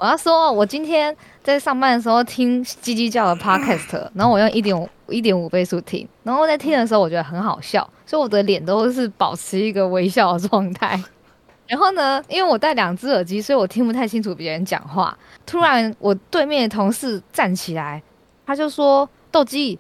我要说，我今天在上班的时候听叽叽叫的 podcast，然后我用1.5倍速听，然后在听的时候我觉得很好笑，所以我的脸都是保持一个微笑的状态。然后呢，因为我戴2只耳机，所以我听不太清楚别人讲话。突然，我对面的同事站起来，他就说：“斗鸡。”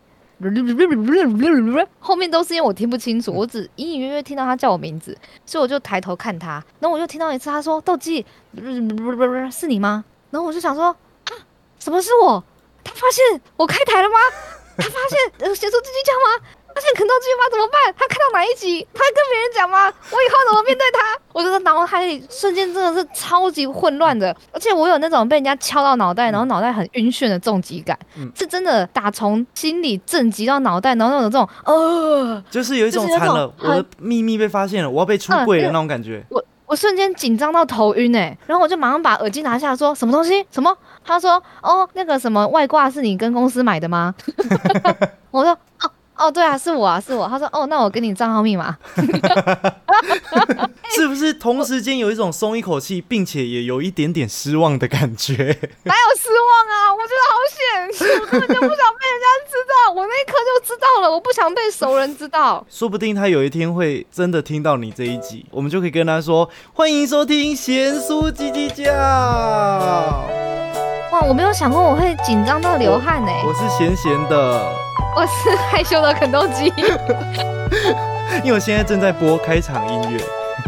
后面都是因为我听不清楚，我只隐隐约约听到他叫我名字，所以我就抬头看他，然后我又听到一次他说斗鸡，是你吗？然后我就想说啊，什么是我？他发现我开台了吗？他发现写出叽叽叫吗？发现肯斗鸡吗？怎么办？他看到哪一集？他会跟别人讲吗？我以后怎么面对他？我的脑海里瞬间真的是超级混乱的，而且我有那种被人家敲到脑袋，然后脑袋很晕眩的重击感，是真的打从心里震击到脑袋，然后那种这种就是有一种惨了，我的秘密被发现了，我要被出柜了那种感觉。 我瞬间紧张到头晕然后我就马上把耳机拿下，说什么东西？什么？他说那个什么外挂是你跟公司买的吗？我说对啊，是我啊，是我。他说那我给你账号密码。 是不是同时间有一种松一口气，并且也有一点点失望的感觉？ 哪有失望啊？我觉得好险，我根本就不想被人家知道。我那一刻就知道了，我不想被熟人知道。 说不定他有一天会真的听到你这一集，我们就可以跟他说：欢迎收听咸酥叽叽叫。 哇，我没有想过我会紧张到流汗我是咸咸的， 我是害羞的肯豆鸡。 因为我现在正在播开场音乐。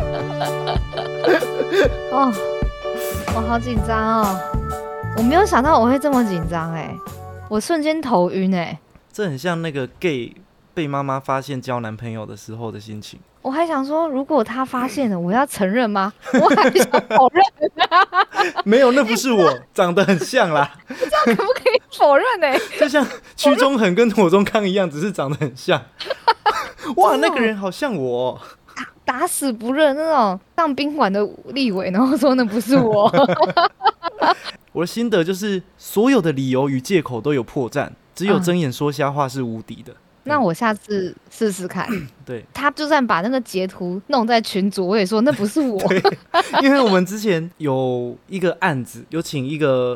我好紧张哦！我没有想到我会这么紧张我瞬间头晕这很像那个 gay 被妈妈发现交男朋友的时候的心情。 我还想说，如果他发现了，我要承认吗？我还想否认。 没有，那不是我，长得很像啦。 这样可不可以否认就像屈中恒跟左中康一样，只是长得很像。哇，那个人好像我。 打死不认那种上宾馆的立委，然后说那不是我。 我的心得就是，所有的理由与借口都有破绽，只有睁眼说瞎话是无敌的。 那我下次试试看。 对， 他就算把那个截图弄在群组，我也说那不是我。 因为我们之前有一个案子，有请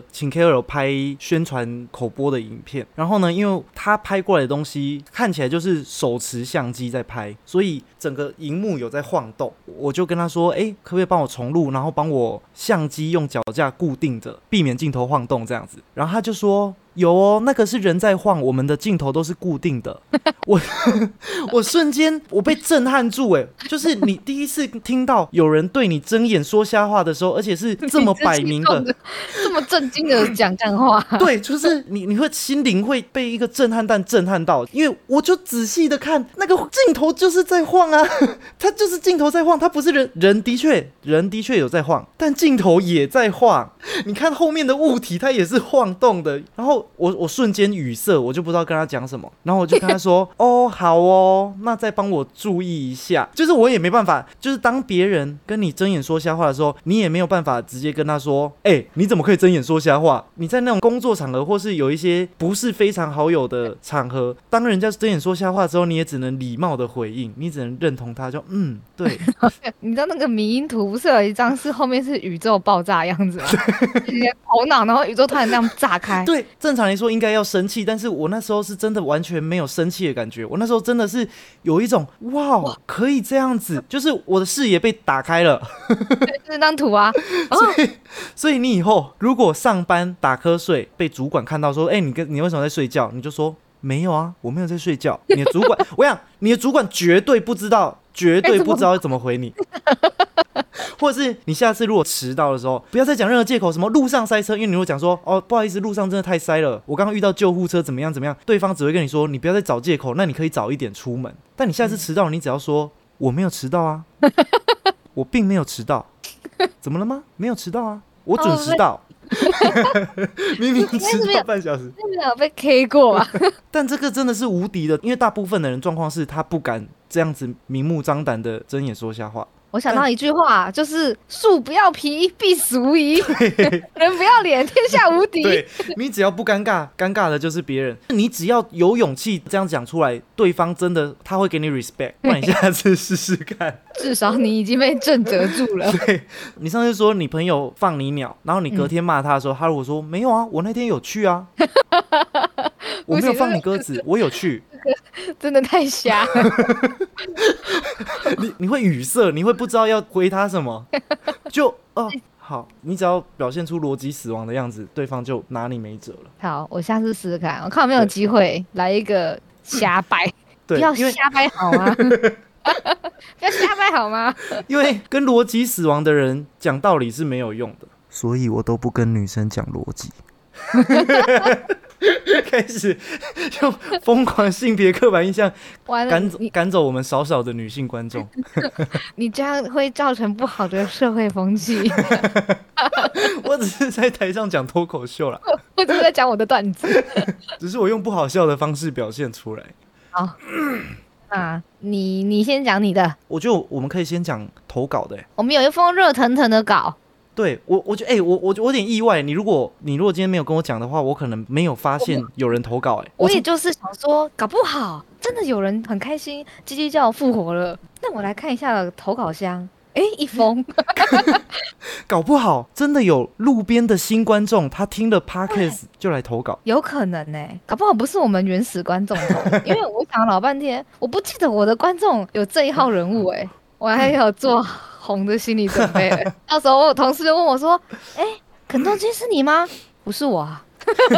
KOL 拍宣传口播的影片，然后呢，因为他拍过来的东西看起来就是手持相机在拍，所以整个荧幕有在晃动。我就跟他说，可不可以帮我重录，然后帮我相机用脚架固定着，避免镜头晃动这样子。然后他就说，有哦，那个是人在晃，我们的镜头都是固定的。我瞬间我被震撼住就是你第一次听到有人对你睁眼说瞎话的时候，而且是这么摆明的这么震惊的讲话。 对，就是你会心灵会被一个震撼弹震撼到，因为我就仔细的看那个镜头就是在晃啊，它就是镜头在晃，它不是人的确有在晃，但镜头也在晃。你看后面的物体它也是晃动的，然后我瞬间语塞，我就不知道跟他讲什么，然后我就跟他说好哦，那再帮我注意一下。就是我也没办法，就是当别人跟你睁眼说瞎话的时候，你也没有办法直接跟他说你怎么可以睁眼说瞎话。你在那种工作场合或是有一些不是非常好友的场合，当人家睁眼说瞎话之后，你也只能礼貌的回应，你只能认同他，就对。 你知道那个迷因图不是有一张是后面是宇宙爆炸的样子吗？你的头脑然后宇宙突然这样炸开。 对，正常来说应该要生气，但是我那时候是真的完全没有生气的感觉，我那时候真的是有一种哇可以这样子，就是我的视野被打开了。 对，这张图啊。 所以你以后如果上班打瞌睡被主管看到说你为什么在睡觉，你就说没有啊，我没有在睡觉。你的主管我想你的主管绝对不知道要怎么回你。或者是你下次如果迟到的时候，不要再讲任何借口，什么路上塞车，因为你如果讲说不好意思，路上真的太塞了，我刚刚遇到救护车怎么样，对方只会跟你说你不要再找借口，那你可以早一点出门。但你下次迟到，你只要说我没有迟到啊，我并没有迟到，怎么了吗？没有迟到啊，我准时到。明明迟到半小时， 是不是有被 K 过啊？ 但这个真的是无敌的，因为大部分的人状况是他不敢这样子明目张胆的睁眼说瞎话。 我想到一句话，就是树不要皮，必死无疑；人不要脸，天下无敌。 对，你只要不尴尬，尴尬的就是别人。你只要有勇气这样讲出来，对方真的他会给你 respect。不然你下次试试看。 至少你已经被震慑住了。 对，你上次说你朋友放你鸟，然后你隔天骂他的时候，他如果说没有啊，我那天有去啊，我没有放你鸽子，我有去。 真的太瞎了。 你会语塞，你会不知道要回他什么，就好，你只要表现出逻辑死亡的样子，对方就拿你没辙了。 好，我下次试试看，我看有没有机会来一个瞎掰。不要瞎掰好吗？不要瞎掰好吗？ 因为跟逻辑死亡的人讲道理是没有用的，所以我都不跟女生讲逻辑。开始用疯狂性别刻板印象赶走我们少少的女性观众。 你这样会造成不好的社会风气。 我只是在台上讲脱口秀啦， 我只是在讲我的段子， 只是我用不好笑的方式表现出来。 好，你先讲你的。 我觉得我们可以先讲投稿的。 我们有一封热腾腾的稿。 对，我觉得我有点意外。你如果今天没有跟我讲的话，我可能没有发现有人投稿。 我也就是想说，搞不好真的有人很开心，鸡鸡叫我复活了。那我来看一下投稿箱，一封。 搞不好真的有路边的新观众，他听了 Podcast 就来投稿， 有可能搞不好不是我们原始观众投，因为我想老半天，我不记得我的观众有这一号人物我还有做红的心理准备。到时候我同事就问我说：“肯豆鸡是你吗？”不是我啊。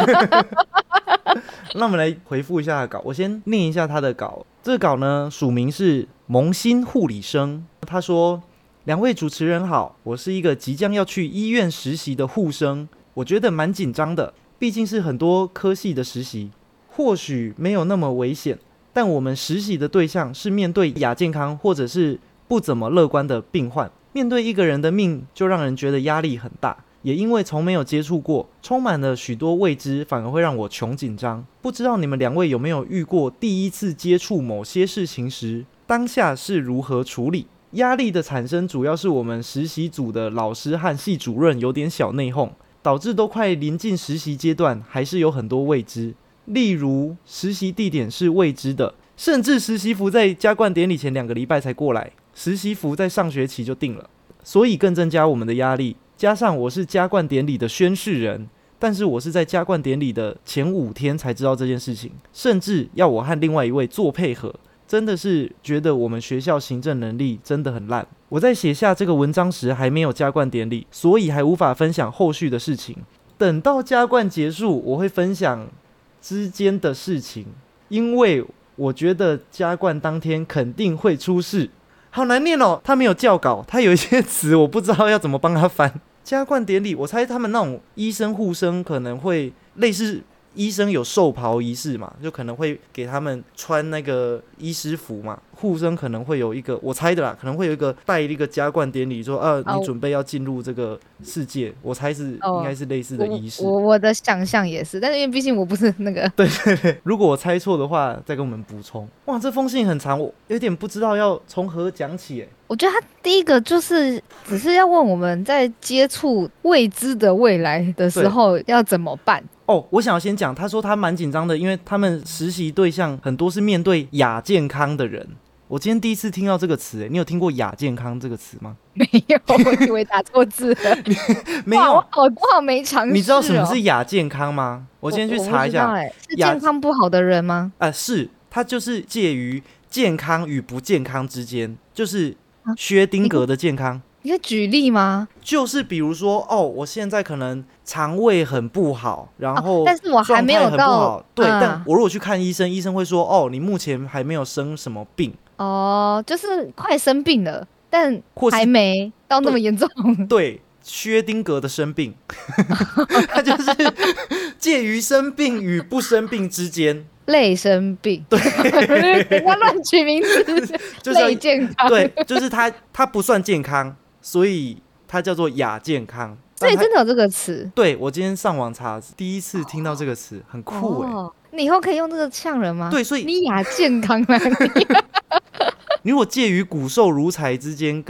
那我们来回复一下稿，我先念一下他的稿。这个稿呢，署名是萌新护理生。他说：“2位主持人好，我是一个即将要去医院实习的护生，我觉得蛮紧张的，毕竟是很多科系的实习，或许没有那么危险，但我们实习的对象是面对亚健康或者是不怎么乐观的病患，面对一个人的命就让人觉得压力很大，也因为从没有接触过，充满了许多未知，反而会让我穷紧张。不知道你们2位有没有遇过第一次接触某些事情时，当下是如何处理？压力的产生主要是我们实习组的老师和系主任有点小内讧，导致都快临近实习阶段，还是有很多未知。例如实习地点是未知的，甚至实习服在加冠典礼前2个礼拜才过来，实习服在上学期就定了，所以更增加我们的压力。加上我是加冠典礼的宣誓人，但是我是在加冠典礼的前5天才知道这件事情，甚至要我和另外一位做配合，真的是觉得我们学校行政能力真的很烂。我在写下这个文章时还没有加冠典礼，所以还无法分享后续的事情。等到加冠结束，我会分享之间的事情，因为我觉得加冠当天肯定会出事。好难念哦，他没有校稿，他有一些词我不知道要怎么帮他翻。加冠典礼，我猜他们那种医生护生可能会类似医生有寿袍仪式嘛，就可能会给他们穿那个医师服嘛。护生可能会有一个，我猜的啦，可能会有一个带一个加冠典礼，说你准备要进入这个世界，我猜是应该是类似的仪式。 我的想象也是，但是因为毕竟我不是那个。 对对对，如果我猜错的话，再跟我们补充。哇，这封信很长，我有点不知道要从何讲起。 我觉得他第一个就是只是要问我们在接触未知的未来的时候要怎么办。 我想要先讲，他说他蛮紧张的，因为他们实习对象很多是面对亚健康的人。我今天第一次听到这个词，你有听过亚健康这个词吗？ 没有，我以为打错字了。 没有， 我好没尝试。 你知道什么是亚健康吗？我今天去查一下。 是健康不好的人吗？ 是，它就是介于健康与不健康之间，就是薛丁格的健康。 你可以举例吗？ 就是比如说，我现在可能肠胃很不好，然后但是我还没有到对，但我如果去看医生，医生会说，你目前还没有生什么病。 就是快生病了，但还没到那么严重。 对，薛丁格的生病，它就是介于生病与不生病之间。 类生病， 对， 人家乱取名字，类健康， 对，就是它不算健康，所以它叫做亚健康。 所以真的有这个词？ 对，我今天上网查，第一次听到这个词，很酷你以后可以用这个呛人吗？ 对，所以你亚健康啊！ 你如果介于骨瘦如柴之间跟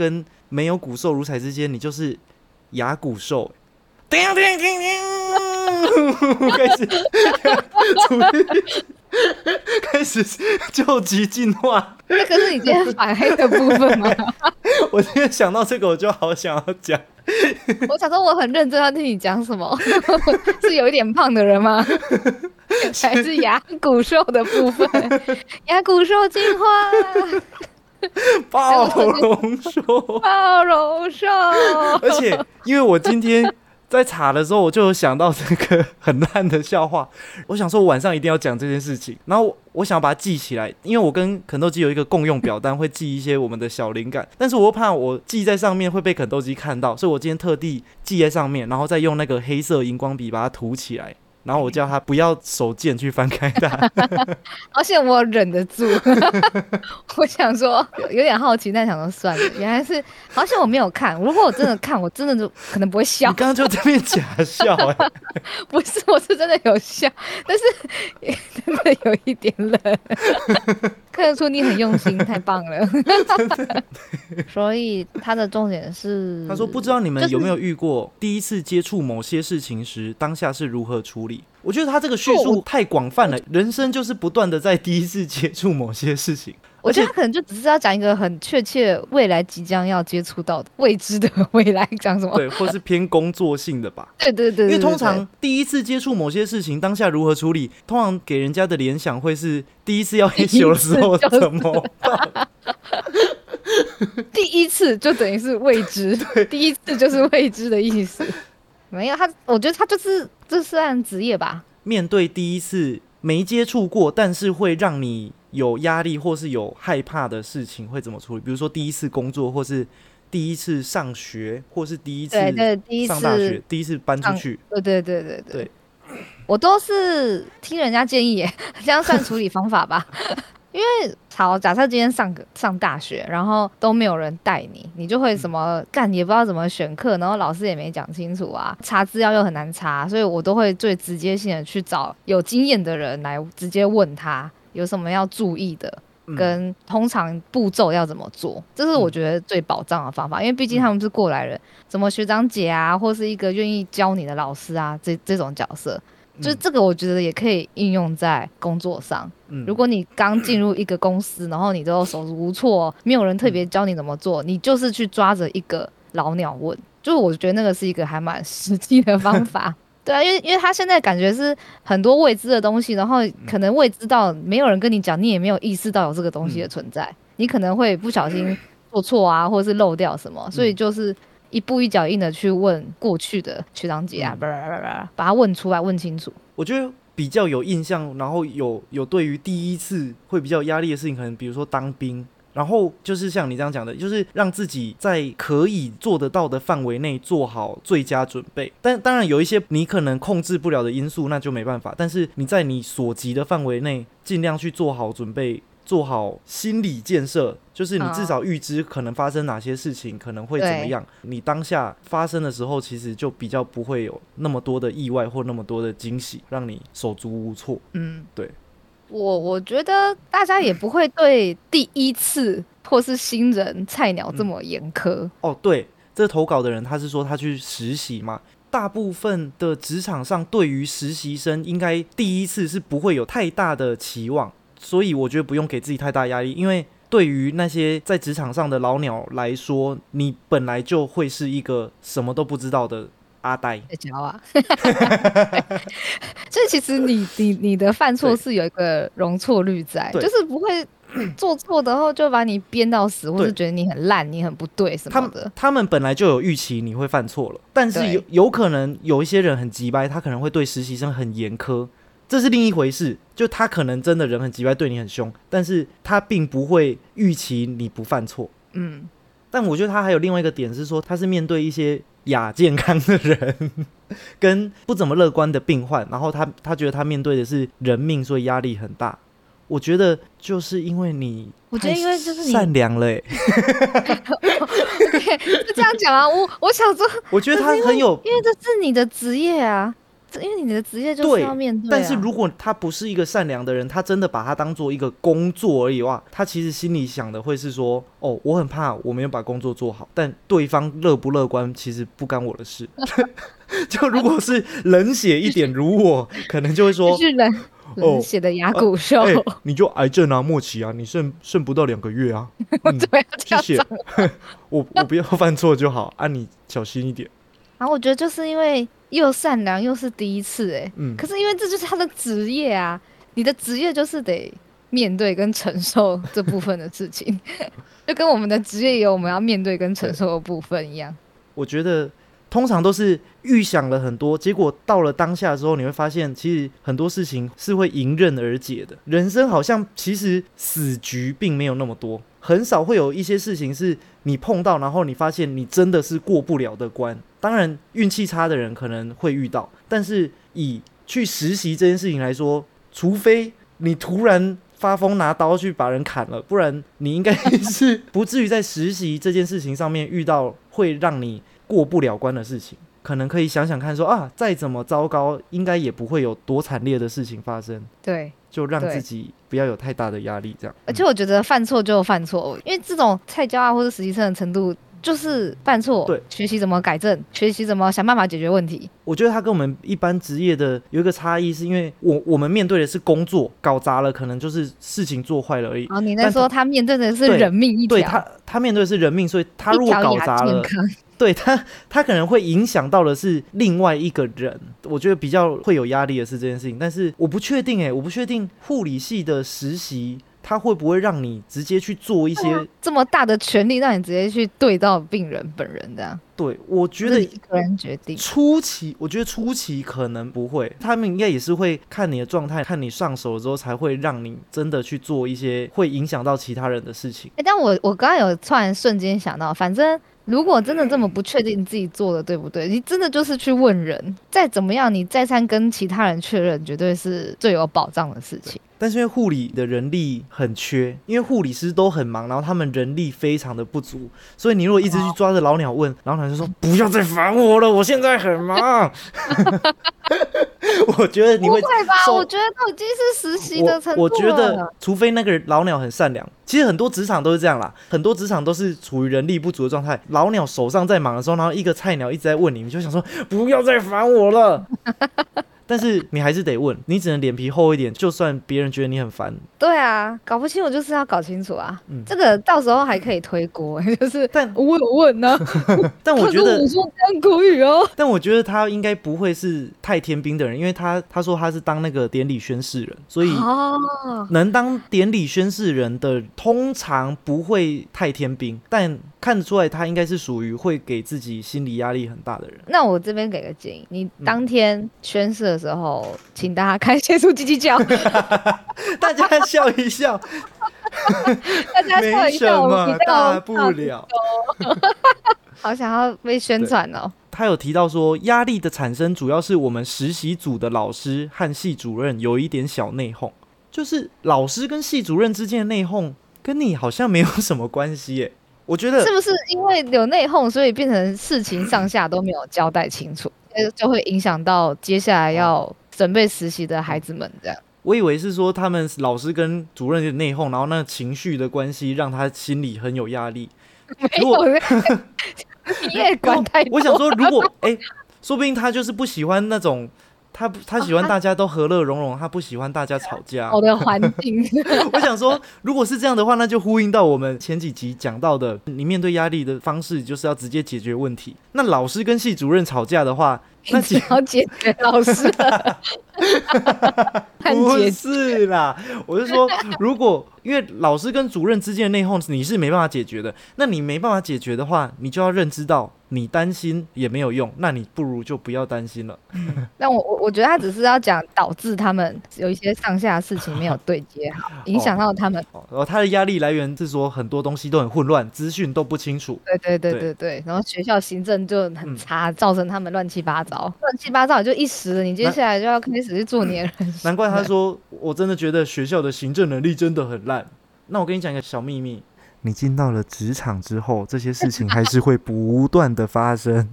没有骨瘦如柴之间，你就是牙骨瘦。叮叮叮叮，开始救急进化。 那个是你今天反黑的部分吗？ 我今天想到这个，我就好想要讲。 我想说，我很认真要听你讲什么？是有一点胖的人吗？还是牙骨瘦的部分？牙骨瘦进化。 暴龙兽， 暴龙兽。 而且因为我今天在查的时候，我就有想到这个很烂的笑话，我想说我晚上一定要讲这件事情，然后我想要把它记起来，因为我跟肯豆基有一个共用表单，会记一些我们的小灵感，但是我又怕我记在上面会被肯豆基看到，所以我今天特地记在上面，然后再用那个黑色荧光笔把它涂起来。然后我叫他不要手贱去翻开它， 而且我忍得住。我想说有点好奇，但想说算了，原来是好像我没有看。如果我真的看，我真的就可能不会笑。 你刚刚就这边假笑不是，我是真的有笑，但是真的有一点冷。看得出你很用心，太棒了。所以他的重点是， 他说不知道你们有没有遇过第一次接触某些事情时，当下是如何处理。我觉得他这个叙述太广泛了，人生就是不断的在第一次接触某些事情。 我觉得他可能就只是要讲一个很确切未来即将要接触到的未知的未来，讲什么？ 对，或是偏工作性的吧。 对对对， 因为通常第一次接触某些事情，当下如何处理，通常给人家的联想会是第一次要黑球的时候怎么办？ 第一次就等于是未知，第一次就是未知的意思。没有他，我觉得他就是这算职业吧。 面对第一次没接触过，但是会让你有压力或是有害怕的事情，会怎么处理？比如说第一次工作，或是第一次上学，或是第一次上大学，第一次搬出去。 对，我都是听人家建议耶，这样算处理方法吧。因为好，假设今天上大学，然后都没有人带你，你就会什么干也不知道怎么选课，然后老师也没讲清楚啊，查资料又很难查，所以我都会最直接性的去找有经验的人来直接问他有什么要注意的，跟通常步骤要怎么做，这是我觉得最保障的方法，因为毕竟他们是过来人，什么学长姐啊，或是一个愿意教你的老师啊，这种角色。就是这个，我觉得也可以应用在工作上。如果你刚进入一个公司，然后你都手足无措，没有人特别教你怎么做，你就是去抓着一个老鸟问，就是我觉得那个是一个还蛮实际的方法。对啊，因为他现在感觉是很多未知的东西，然后可能未知到没有人跟你讲，你也没有意识到有这个东西的存在，你可能会不小心做错啊，或者是漏掉什么，所以就是一步一脚印的去问过去的学长姐啊，把他问出来，问清楚。 我觉得比较有印象，然后有对于第一次会比较有压力的事情，可能比如说当兵，然后就是像你这样讲的，就是让自己在可以做得到的范围内做好最佳准备。但当然有一些你可能控制不了的因素，那就没办法。但是你在你所及的范围内，尽量去做好准备。做好心理建设，就是你至少预知可能发生哪些事情，可能会怎么样。你当下发生的时候，其实就比较不会有那么多的意外或那么多的惊喜，让你手足无措。对。 我觉得大家也不会对第一次或是新人菜鸟这么严苛。哦， 对，这个投稿的人他是说他去实习嘛。大部分的职场上对于实习生应该第一次是不会有太大的期望。所以我觉得不用给自己太大压力，因为对于那些在职场上的老鸟来说，你本来就会是一个什么都不知道的阿呆。 所以其实你的犯错是有一个容错率在，就是不会做错的后就把你编到死，或是觉得你很烂，你很不对什么的。 他们本来就有预期你会犯错了，但是有可能有一些人很急掰，他可能会对实习生很严苛。这是另一回事，就他可能真的人很急掰，对你很凶，但是他并不会预期你不犯错。但我觉得他还有另外一个点是说，他是面对一些亚健康的人跟不怎么乐观的病患，然后他觉得他面对的是人命，所以压力很大。我觉得就是因为你太善良了 OK， 就这样讲啊。我想说， 我觉得他很有， 因为这是你的职业啊。 因为你的职业就是要面对但是如果他不是一个善良的人，他真的把他当做一个工作而已的话，他其实心里想的会是说，哦，我很怕我没有把工作做好，但对方乐不乐观其实不干我的事。就如果是冷血一点如我，可能就会说是冷血的牙骨兽， 你就癌症啊，末期啊，你剩不到2个月啊。 对， 谢谢。我不要犯错就好啊，你小心一点。 然后我觉得就是因为又善良又是第一次可是因为这就是他的职业啊，你的职业就是得面对跟承受这部分的事情，就跟我们的职业也有我们要面对跟承受的部分一样。 我觉得通常都是预想了很多，结果到了当下之后，你会发现其实很多事情是会迎刃而解的。人生好像其实死局并没有那么多，很少会有一些事情是你碰到，然后你发现你真的是过不了的关。当然运气差的人可能会遇到，但是以去实习这件事情来说，除非你突然发疯拿刀去把人砍了，不然你应该是不至于在实习这件事情上面遇到会让你过不了关的事情。可能可以想想看说啊，再怎么糟糕应该也不会有多惨烈的事情发生， 对， 就让自己不要有太大的压力这样。 而且我觉得犯错就犯错，因为这种菜椒啊或者实习生的程度就是犯错， 对， 学习怎么改正，学习怎么想办法解决问题。 我觉得他跟我们一般职业的有一个差异，是因为我们面对的是工作，搞砸了可能就是事情做坏了而已。 哦，你在说他面对的是人命一条， 对，他面对的是人命，所以他如果搞砸了，对他可能会影响到的是另外一个人。我觉得比较会有压力的是这件事情，但是我不确定我不确定护理系的实习他会不会让你直接去做一些这么大的权利，让你直接去对到病人本人这样？ 对，我觉得一个人决定。 我觉得初期可能不会，他们应该也是会看你的状态，看你上手之后，才会让你真的去做一些会影响到其他人的事情。 但我刚刚有突然瞬间想到，反正如果真的这么不确定自己做的对不对，你真的就是去问人，再怎么样，你再三跟其他人确认，绝对是最有保障的事情。 但是因为护理的人力很缺，因为护理师都很忙，然后他们人力非常的不足，所以你如果一直去抓着老鸟问，老鸟就说不要再烦我了，我现在很忙。我觉得你会不会吧？我觉得都已经是实习的程度了。 我觉得除非那个老鸟很善良，其实很多职场都是这样啦，很多职场都是处于人力不足的状态，老鸟手上在忙的时候，然后一个菜鸟一直在问你，你就想说不要再烦我了。但是你还是得问，你只能脸皮厚一点，就算别人觉得你很烦。 对啊，搞不清楚就是要搞清楚啊。这个到时候还可以推锅，就是但我有问呢、 但我觉得我说这样可以哦。 但我觉得他应该不会是太天兵的人，因为他说他是当那个典礼宣誓人，所以能当典礼宣誓人的通常不会太天兵，但看得出来他应该是属于会给自己心理压力很大的人。 那我这边给个建议，你当天宣誓的时候，请大家看谢出叽叽叫， 大家笑一笑， 大家笑一笑， 没什么大不了。 好想要被宣传哦。 他有提到说，压力的产生主要是我们实习组的老师和系主任有一点小内讧，就是老师跟系主任之间的内讧，跟你好像没有什么关系耶。我觉得是不是因为有内讧，所以变成事情上下都没有交代清楚，就会影响到接下来要准备实习的孩子们这样？ 我以为是说他们老师跟主任的内讧，然后那情绪的关系让他心里很有压力。 没有，你也管太多。 我想说，如果说不定他就是不喜欢那种。他喜欢大家都和乐融融，他不喜欢大家吵架。 好的环境。 我想说，如果是这样的话，那就呼应到我们前几集讲到的，你面对压力的方式就是要直接解决问题。那老师跟系主任吵架的话，那只要解决老师了。 不是啦，我是说，如果因为老师跟主任之间的内讧你是没办法解决的，那你没办法解决的话，你就要认知到你担心也没有用，那你不如就不要担心了。 但我觉得他只是要讲导致他们有一些上下的事情没有对接好，影响到他们。 他的压力来源是说很多东西都很混乱，资讯都不清楚。 对，然后学校行政就很差，造成他们乱七八糟也就一时了，你接下来就要开始去做你的人生。 难怪他说，我真的觉得学校的行政能力真的很烂。那我跟你讲一个小秘密，你进到了职场之后，这些事情还是会不断的发生。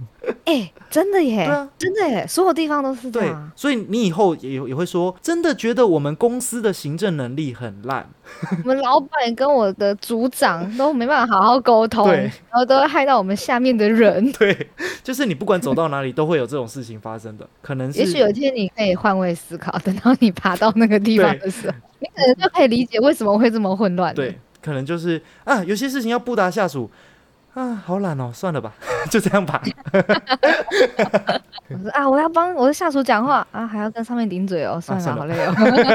真的耶， 对啊， 真的耶，所有地方都是这对样。， 所以你以后也会说，真的觉得我们公司的行政能力很烂。 我们老板跟我的组长都没办法好好沟通， 对然后都会害到我们下面的人。 对，就是你不管走到哪里，都会有这种事情发生的，可能是也许有一天你可以换位思考，等到你爬到那个地方的时候，你可能就可以理解为什么会这么混乱。 对，可能就是啊，有些事情要布达下属啊，好懒哦，算了吧，就这样吧。 我说啊，我要帮我的下属讲话啊，还要跟上面顶嘴哦，算了， 算了好累哦。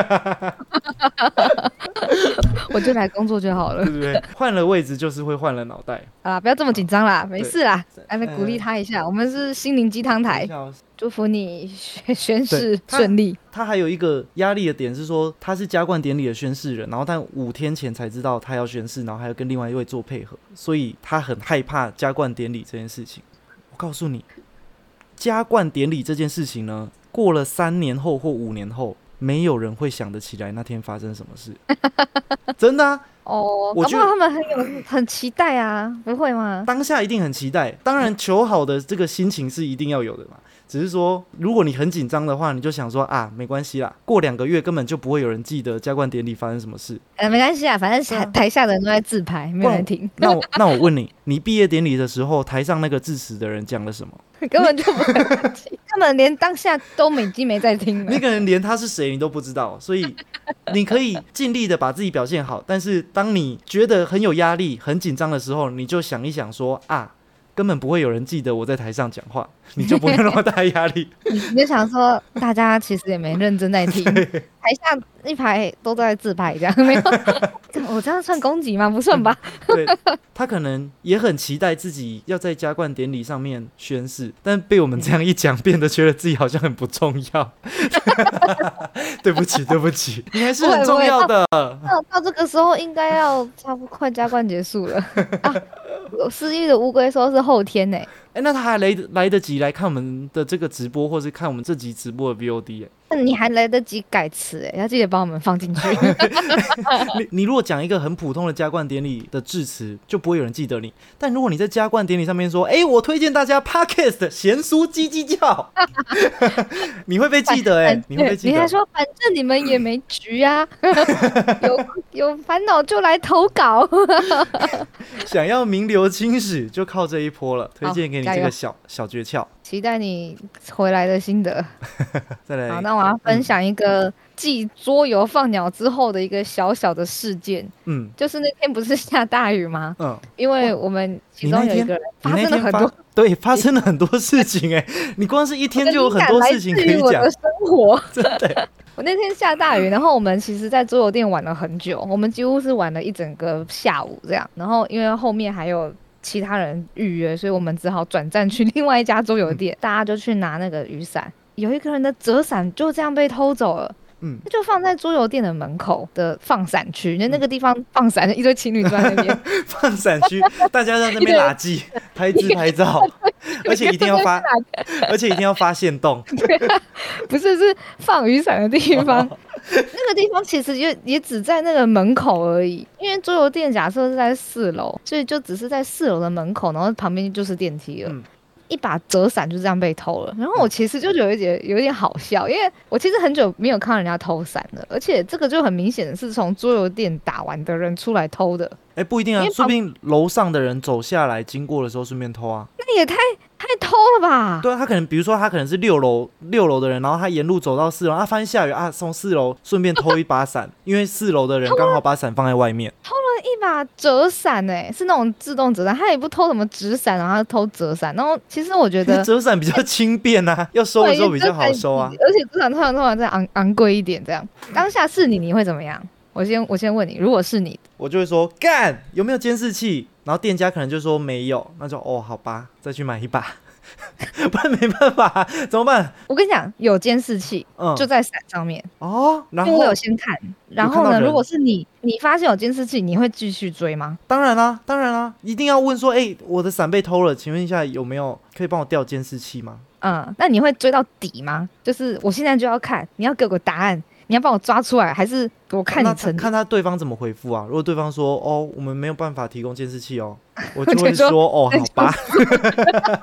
我就来工作就好了对不对？换了位置就是会换了脑袋。 啊，不要这么紧张啦，没事啦，来对鼓励他一下。我们是心灵鸡汤台，祝福你宣誓顺利。 他还有一个压力的点是说，他是加冠典礼的宣誓人，然后但5天前才知道他要宣誓，然后还要跟另外一位做配合，所以他很害怕加冠典礼这件事情。我告诉你，加冠典礼这件事情呢，过了3年后或5年后，没有人会想得起来那天发生什么事。真的啊， 哦， 我觉得搞不好他们很期待啊，不会吗？ 当下一定很期待，当然求好的这个心情是一定要有的嘛。只是说，如果你很紧张的话，你就想说啊，没关系啦，过2个月根本就不会有人记得加冠典礼发生什么事。 没关系啊，反正台下的人都在自拍，没有人听。 那我问你，你毕业典礼的时候，台上那个致辞的人讲了什么？ 根本就不会记，根本连当下都已经没在听了。 那个人连他是谁你都不知道，所以你可以尽力的把自己表现好，但是当你觉得很有压力、很紧张的时候，你就想一想说啊，根本不会有人记得我在台上讲话，你就不会那么大压力。 你就想说，大家其实也没认真在听，台下一排都在自拍，这样没有？我这样算攻击吗？不算吧。 对，他可能也很期待自己要在加冠典礼上面宣誓，但被我们这样一讲，变得觉得自己好像很不重要。对不起，对不起，你还是很重要的。 到这个时候应该要差不多快加冠结束了啊！失忆的乌龟说是后天呢、 那他还来得及来看我们的这个直播，或是看我们这集直播的 VOD 那你还来得及改词要记得帮我们放进去。 你如果讲一个很普通的加冠典礼的致辞，就不会有人记得你。但如果你在加冠典礼上面说，我推荐大家 Podcast 咸酥鸡鸡叫，你会被记得你会被记得。 你还说，反正你们也没局啊，有烦恼就来投稿。 想要名留青史，就靠这一波了。推荐给你这个小诀窍。 期待你回来的心得。 再来， 好，那我要分享一个继桌游放鸟之后的一个小小的事件。就是那天不是下大雨吗？因为我们其中有一个人发生了很多， 对，发生了很多事情你光是一天就有很多事情可以讲。 我的生活真的。 我那天下大雨，然后我们其实在桌游店玩了很久，我们几乎是玩了一整个下午这样。然后因为后面还有其他人预约，所以我们只好转战去另外一家桌游店，大家就去拿那个雨伞。有一个人的折伞就这样被偷走了。就放在桌游店的门口的放伞区，那个地方放伞，一堆情侣坐在那边。 放伞区，大家在那边垃圾拍自拍照，而且一定要发限动。 不是，是放雨伞的地方。那个地方其实也只在那个门口而已，因为桌游店假设是在4楼，所以就只是在4楼的门口，然后旁边就是电梯了。一把折伞就这样被偷了，然后我其实就有一点好笑，因为我其实很久没有看到人家偷伞了，而且这个就很明显的是从桌游店打完的人出来偷的。 不一定啊，说不定楼上的人走下来经过的时候顺便偷啊。 那也太偷了吧？ 对啊，他可能比如说他可能是6楼的人，然后他沿路走到4楼，他发现下雨啊，从4楼顺便偷一把伞，因为4楼的人刚好把伞放在外面， 偷了一把折伞是那种自动折伞，他也不偷什么纸伞，然后他偷折伞。然后其实我觉得折伞比较轻便啊，要收的时候比较好收啊， 而且折伞通常再昂贵一点这样。当下是你会怎么样？我先问你，如果是你， 我就会说干，有没有监视器？然后店家可能就说没有，那就好吧，再去买一把。不然没办法，怎么办？ 我跟你讲，有监视器，就在伞上面然后我有先看，然后呢，如果是你发现有监视器，你会继续追吗？ 当然啦，一定要问说，我的伞被偷了，请问一下有没有可以帮我调监视器吗？ 那你会追到底吗？就是我现在就要看，你要给我个答案。你要帮我抓出来，还是我看你成？ 看他对方怎么回复啊。如果对方说我们没有办法提供监视器我就会说好吧。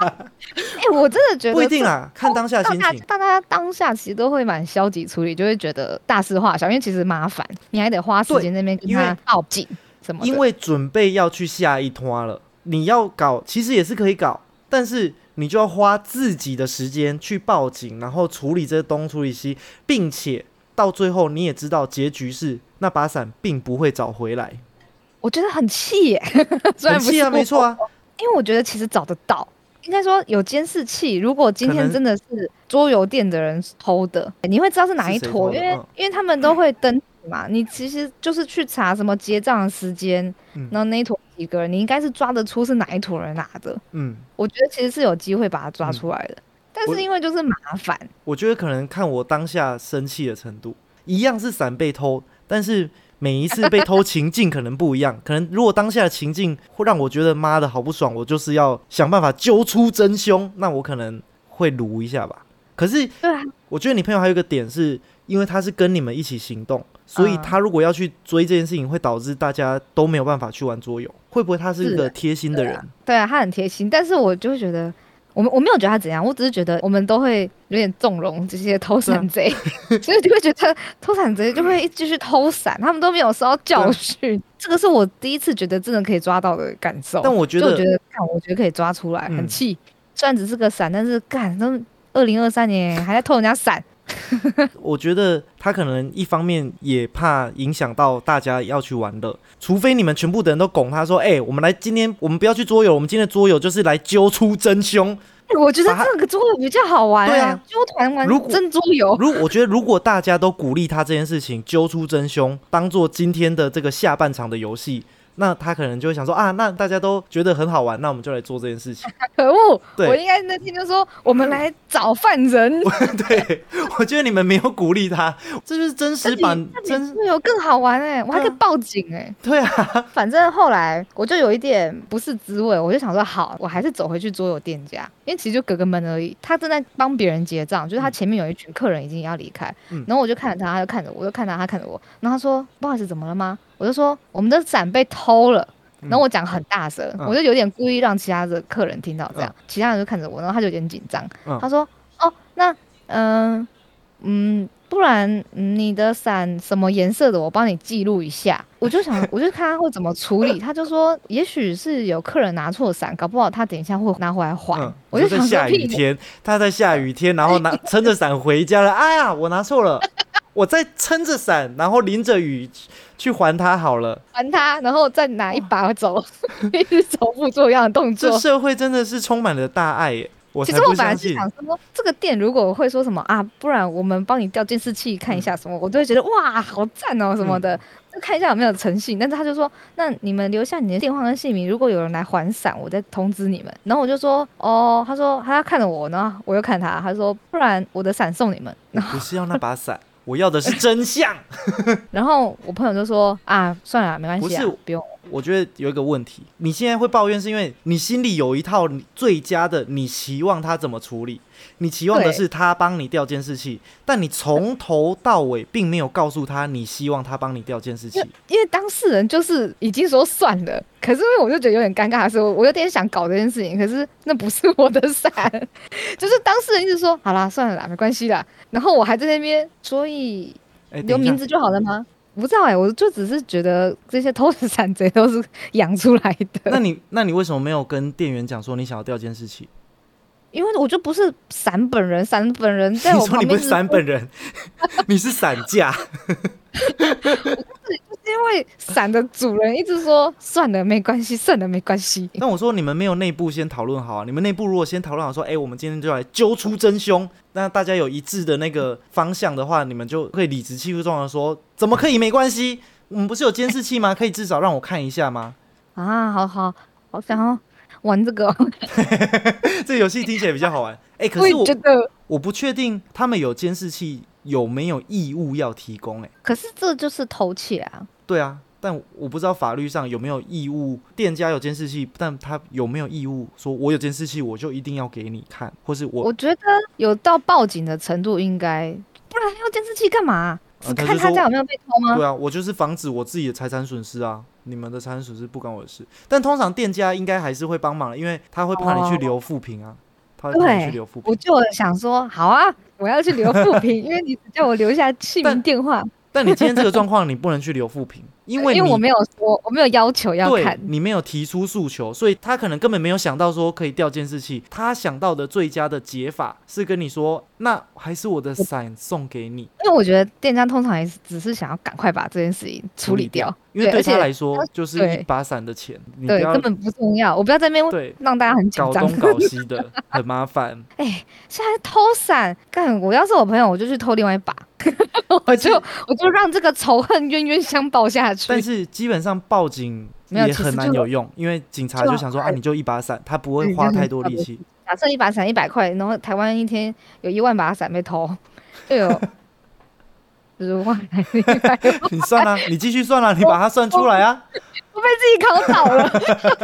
我真的觉得不一定啦，看当下心情。 大家当下其实都会蛮消极处理，就会觉得大事化小，因为其实麻烦，你还得花时间那边跟他报警什么的。 因为准备要去下一拖了，你要搞其实也是可以搞，但是你就要花自己的时间去报警，然后处理这东处理西，并且到最后你也知道结局是那把伞并不会找回来。 我觉得很气耶， 很气啊，没错啊， 因为我觉得其实找得到。应该说有监视器，如果今天真的是桌游店的人偷的，你会知道是哪一坨，因为他们都会登记嘛。你其实就是去查什么结账的时间，然后那一坨几个人，你应该是抓得出是哪一坨人拿的。我觉得其实是有机会把它抓出来的，但是因为就是麻烦。我觉得可能看我当下生气的程度，一样是伞被偷，但是每一次被偷情境可能不一样，可能如果当下的情境会让我觉得妈的好不爽，我就是要想办法揪出真凶，那我可能会撸一下吧。可是我觉得你朋友还有一个点是，因为他是跟你们一起行动，所以他如果要去追这件事情，会导致大家都没有办法去玩桌游。会不会他是一个贴心的人？ 对啊，他很贴心，但是我就会觉得。我没有觉得他怎样，我只是觉得我们都会有点纵容这些偷伞贼，所以就会觉得偷伞贼就会继续偷伞，他们都没有受到教训。这个是我第一次觉得真的可以抓到的感受。 但我觉得可以抓出来，很气。虽然只是个伞，但是干都2023年还在偷人家伞。 我觉得他可能一方面也怕影响到大家要去玩乐，除非你们全部的人都拱他说我们来今天我们不要去桌游，我们今天的桌游就是来揪出真凶。 我觉得这个桌游比较好玩。对啊，揪团玩真桌游。 我觉得如果大家都鼓励他这件事情，揪出真凶当做今天的这个下半场的游戏，那他可能就会想说那大家都觉得很好玩，那我们就来做这件事情。 可恶！我应该那天就说我们来找犯人。 对，我觉得你们没有鼓励他，这就是真实版。真有更好玩我还可以报警对啊， 反正后来我就有一点不是滋味，我就想说好，我还是走回去桌游店家，因为其实就隔个门而已。他正在帮别人结账，就是他前面有一群客人已经要离开，然后我就看着他，他就看着我，就看着他看着我，然后他说不好意思，怎么了吗？我就说我们的伞被偷了，然后我讲很大声，我就有点故意让其他的客人听到这样，其他人就看着我，然后他就有点紧张，他说那不然你的伞什么颜色的，我帮你记录一下。我就看他会怎么处理，他就说也许是有客人拿错伞，搞不好他等一下会拿回来还。我就想说下雨天，他在下雨天，然后撑着伞回家了，哎呀，我拿错了。我再撑着伞，然后淋着雨去还他好了， 还他，然后再拿一把走，一直重复做一样的动作。 这社会真的是充满了大爱耶！ 其实我本来是想说，这个店如果会说什么不然我们帮你调监视器看一下什么，我都会觉得哇，好赞哦什么的，就看一下有没有诚信。但是他就说，那你们留下你的电话跟姓名，如果有人来还伞，我再通知你们。然后我就说，他说他看着我，然后我又看他，他说不然我的伞送你们。然后不是要那把伞。我要的是真相。 然后我朋友就说算了，没关系不用。 我觉得有一个问题，你现在会抱怨是因为你心里有一套最佳的，你期望他怎么处理，你期望的是他帮你调监视器，但你从头到尾并没有告诉他你希望他帮你调监视器。 因为当事人就是已经说算了，可是因为我就觉得有点尴尬的是，我有点想搞这件事情，可是那不是我的伞，就是当事人一直说好啦算了啦没关系啦，然后我还在那边，所以留名字就好了吗？我不知道我就只是觉得这些偷的伞贼都是养出来的。 那你为什么没有跟店员讲说你想要调监视器？ 因为我就不是伞本人，伞本人在我旁边。 你说你不是伞本人，你是伞架。 因为伞的主人一直说算了没关系，算了没关系。 但我说你们没有内部先讨论好你们内部如果先讨论好说我们今天就来揪出真凶，那大家有一致的那个方向的话，你们就可以理直气壮的说怎么可以没关系，我们不是有监视器吗？可以至少让我看一下吗？好想要玩这个。 这个游戏听起来比较好玩。可是我不确定他们有监视器有没有义务要提供。 可是这就是偷窃啊。 对啊，但我不知道法律上有没有义务，店家有监视器，但他有没有义务说我有监视器我就一定要给你看，或是我觉得有到报警的程度应该，不然要监视器干嘛？只看他家有没有被偷吗？ 对啊，我就是防止我自己的财产损失啊，你们的财产损失不关我的事。但通常店家应该还是会帮忙，因为他会怕你去留负评啊， 他会帮你去留负评。 我就想说，好啊，我要去留负评，因为你只叫我留下姓名电话。 但你今天这个状况，你不能去留负评，因为我没有说，我没有要求要看， 对，你没有提出诉求，所以他可能根本没有想到说可以调监视器。他想到的最佳的解法是跟你说，那还是我的伞送给你。 因为我觉得店家通常也只是想要赶快把这件事情处理掉， 因为对他来说就是一把伞的钱，你不要根本不重要，我不要在那边让大家很紧张， 搞东搞西的，很麻烦。 现在偷伞，干！我要是我朋友，我就去偷另外一把。我就让这个仇恨冤冤相报下去。 但是基本上报警也很难有用，因为警察就想说啊，你就一把伞，他不会花太多力气。 假设一把伞100块，然后台湾一天有1万把伞被偷，就有10万还是100万？ 你算啊，你继续算啊，你把它算出来啊。 我被自己考倒了。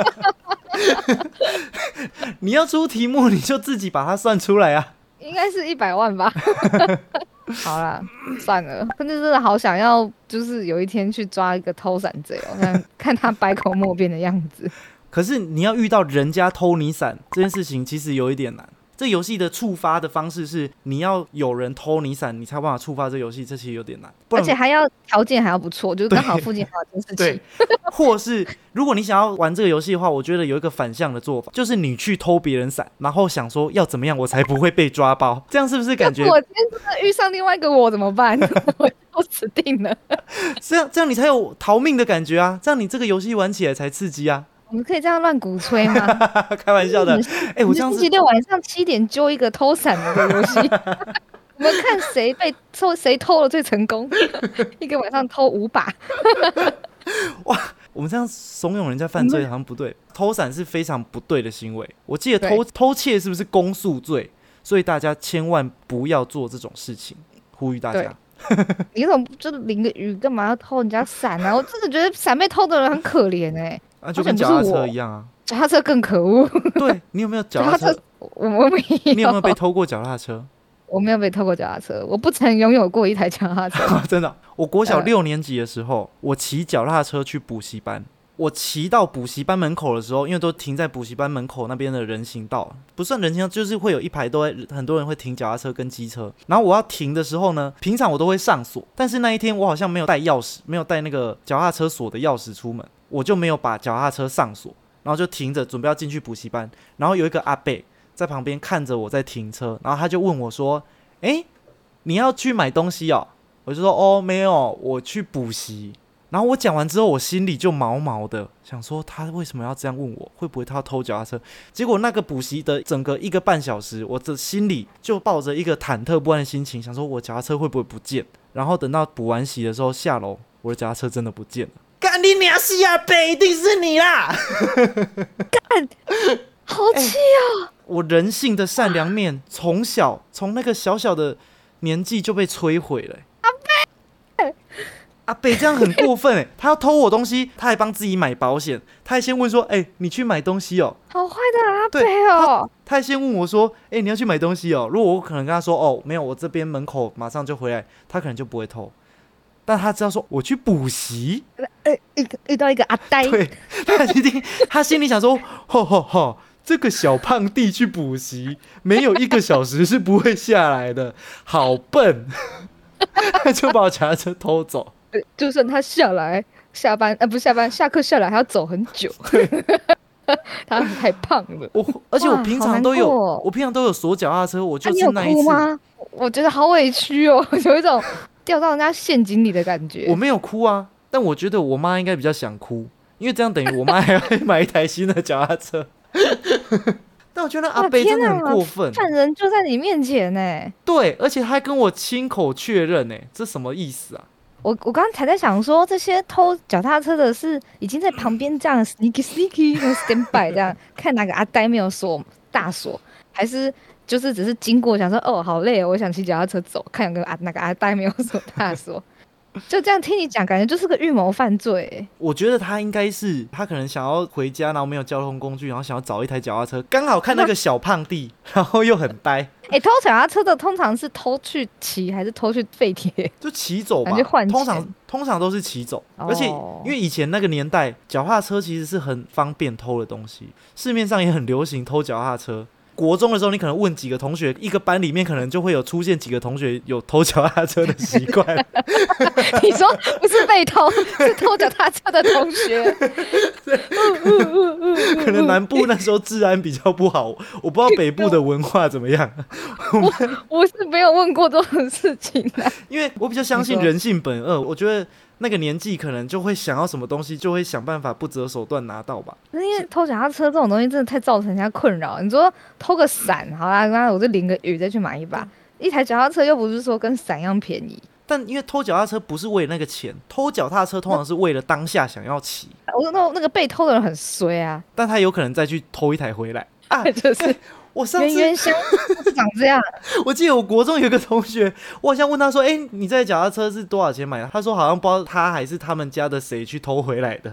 你要出题目，你就自己把它算出来啊。 应该是100万吧。好啦，算了，但是真的好想要，就是有一天去抓一个偷伞贼哦，看他百口莫辩的样子。 可是你要遇到人家偷你伞这件事情，其实有一点难。这游戏的触发的方式是你要有人偷你伞，你才有办法触发这游戏，这其实有点难。 而且还要条件还要不错，就是刚好附近还有监视器。 对，或是如果你想要玩这个游戏的话，我觉得有一个反向的做法，就是你去偷别人伞，然后想说要怎么样我才不会被抓包，这样是不是感觉？ 我今天真的遇上另外一个我怎么办？我就死定了。 这样你才有逃命的感觉啊，这样你这个游戏玩起来才刺激啊。 我们可以这样乱鼓吹吗？ 开玩笑的。我这样星期六晚上7点揪一个偷伞的游戏，我们看谁偷了最成功，一个晚上偷5把。 哇，我们这样怂恿人家犯罪好像不对，偷伞是非常不对的行为。我记得偷窃是不是公诉罪？所以大家千万不要做这种事情，呼吁大家。 就淋个雨，干嘛要偷人家伞啊？我真的觉得伞被偷的人很可怜就跟脚踏车一样啊。 脚踏车更可恶。 对，你有没有脚踏车？ 我没有。 你有没有被偷过脚踏车？ 我没有被偷过脚踏车，我不曾拥有过一台脚踏车。 真的，我国小6年级的时候，我骑脚踏车去补习班。我骑到补习班门口的时候，因为都停在补习班门口那边的人行道，不算人行道，就是会有一排很多人会停脚踏车跟机车。然后我要停的时候呢，平常我都会上锁，但是那一天我好像没有带钥匙，没有带那个脚踏车锁的钥匙出门，我就没有把脚踏车上锁，然后就停着准备要进去补习班。然后有一个阿伯在旁边看着我在停车，然后他就问我说：“你要去买东西哦？”我就说：“哦，没有，我去补习。”然后我讲完之后，我心里就毛毛的，想说他为什么要这样问我？会不会他要偷脚踏车？结果那个补习的整个1个半小时，我的心里就抱着一个忐忑不安的心情，想说我脚踏车会不会不见？然后等到补完习的时候下楼，我的脚踏车真的不见了。干你娘西啊！北一定是你啦！ 干，好气啊！ 我人性的善良面从那个小小的年纪就被摧毁了。阿北这样很过分他要偷我东西，他还帮自己买保险，他还先问说：“你去买东西哦。” 好坏的阿北哦！ 他还先问我说：“你要去买东西哦？”如果我可能跟他说：“哦，没有，我这边门口马上就回来。”他可能就不会偷。但他知道说我去补习， 遇到一个阿呆， 对，他心里想说：“吼吼吼，这个小胖弟去补习，没有1个小时是不会下来的，好笨。”他就把我脚踏车偷走。 就算他下课下来还要走很久。他太胖了。 而且我平常都有锁脚踏车，我就是那一次。 你有哭吗？我觉得好委屈哦，有一种掉到人家陷阱里的感觉。 我没有哭啊，但我觉得我妈应该比较想哭，因为这样等于我妈还要买一台新的脚踏车。但我觉得阿北真的很过分， 犯人就在你面前对，而且他还跟我亲口确认这什么意思啊？ 我刚刚才在想说，这些偷脚踏车的是已经在旁边这样 sneaky stand by 这样看哪个阿呆没有锁大锁，还是就是只是经过想说哦好累哦，我想骑脚踏车走，看哪个阿呆没有锁大锁。就这样听你讲，感觉就是个预谋犯罪我觉得他应该是他可能想要回家，然后没有交通工具，然后想要找一台脚踏车，刚好看那个小胖弟，然后又很呆。 偷脚踏车的通常是偷去骑还是偷去废铁？ 就骑走吧，通常都是骑走。而且因为以前那个年代，脚踏车其实是很方便偷的东西，市面上也很流行偷脚踏车。 国中的时候，你可能问几个同学，一个班里面可能就会有出现几个同学有偷脚踏车的习惯。 你说不是被偷，是偷脚踏车的同学。 可能南部那时候治安比较不好，我不知道北部的文化怎么样。 我是没有问过这种事情的， 因为我比较相信人性本恶，我觉得那个年纪可能就会想要什么东西，就会想办法不择手段拿到吧。 因为偷脚踏车这种东西真的太造成人家困扰。你说偷个伞，好啦，那我就淋个雨再去买一把。一台脚踏车又不是说跟伞一样便宜。 但因为偷脚踏车不是为了那个钱，偷脚踏车通常是为了当下想要骑。 我那个被偷的人很衰啊， 但他有可能再去偷一台回来啊， 就是我上次冤冤相是长这样。 我记得我国中有个同学，我好像问他说：“你这台脚踏车是多少钱买的？”他说好像不知道他还是他们家的谁去偷回来的。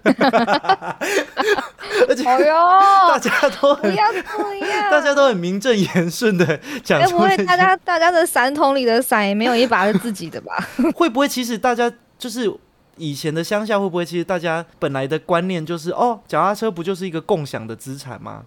而且大家都很不要这样， 大家都很名正言顺的讲出那些。 不会大家的伞桶里的伞也没有一把是自己的吧？ 会不会其实大家就是以前的乡下，会不会其实大家本来的观念就是脚踏车不就是一个共享的资产吗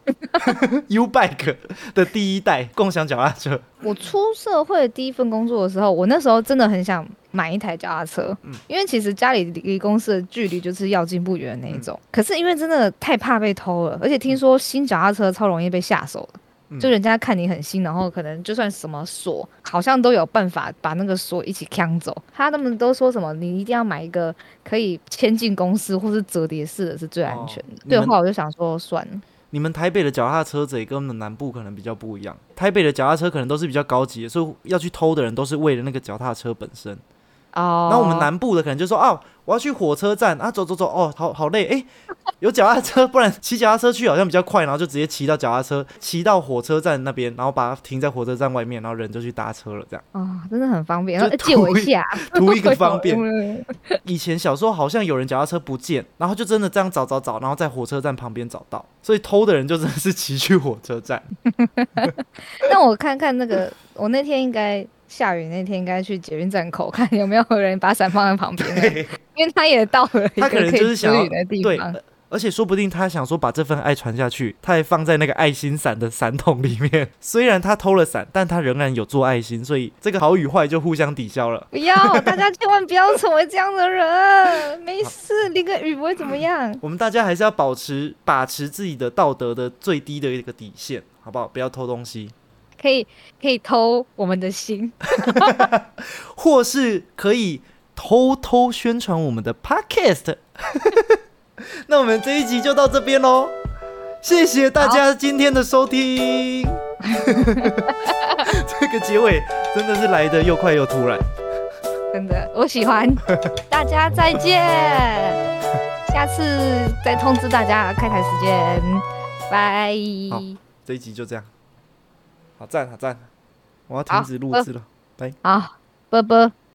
？U-Bike 的第一代共享脚踏车。 我出社会第一份工作的时候，我那时候真的很想买一台脚踏车，因为其实家里离公司的距离就是要近不远的那一种。可是因为真的太怕被偷了，而且听说新脚踏车超容易被下手的。就人家看你很新，然后可能就算什么锁，好像都有办法把那个锁一起抢走。他们都说什么，你一定要买一个可以牵进公司或是折叠式的是最安全的。对的话，我就想说算了。 你们台北的脚踏车子也跟我们南部可能比较不一样。台北的脚踏车可能都是比较高级的，所以要去偷的人都是为了那个脚踏车本身。那我们南部的可能就说我要去火车站啊，走，好累，有脚踏车，不然骑脚踏车去好像比较快，然后就直接骑到脚踏车，骑到火车站那边，然后把它停在火车站外面，然后人就去搭车了，这样真的很方便。然后借我一下， 图一个方便。以前小时候好像有人脚踏车不见，然后就真的这样找，然后在火车站旁边找到，所以偷的人就真的是骑去火车站。 那我看看那个，我那天应该。下雨那天应该去捷运站口看有没有人把伞放在旁边，因为他也到了一个可以遮雨的地方。 对，而且说不定他想说把这份爱传下去，他还放在那个爱心伞的伞桶里面。虽然他偷了伞，但他仍然有做爱心，所以这个好与坏就互相抵消了。 不要，大家千万不要成为这样的人。没事，淋个雨不会怎么样。 我们大家还是要把持自己的道德的最低的一个底线，好不好？不要偷东西。 可以偷我们的心， 或是可以偷偷宣传我们的 podcast。那我们这一集就到这边咯，谢谢大家今天的收听。这个结尾真的是来得又快又突然， 真的我喜欢。大家再见，下次再通知大家开台时间，拜。 好，这一集就这样。好赞，我要停止录制了，拜。 好，啵啵。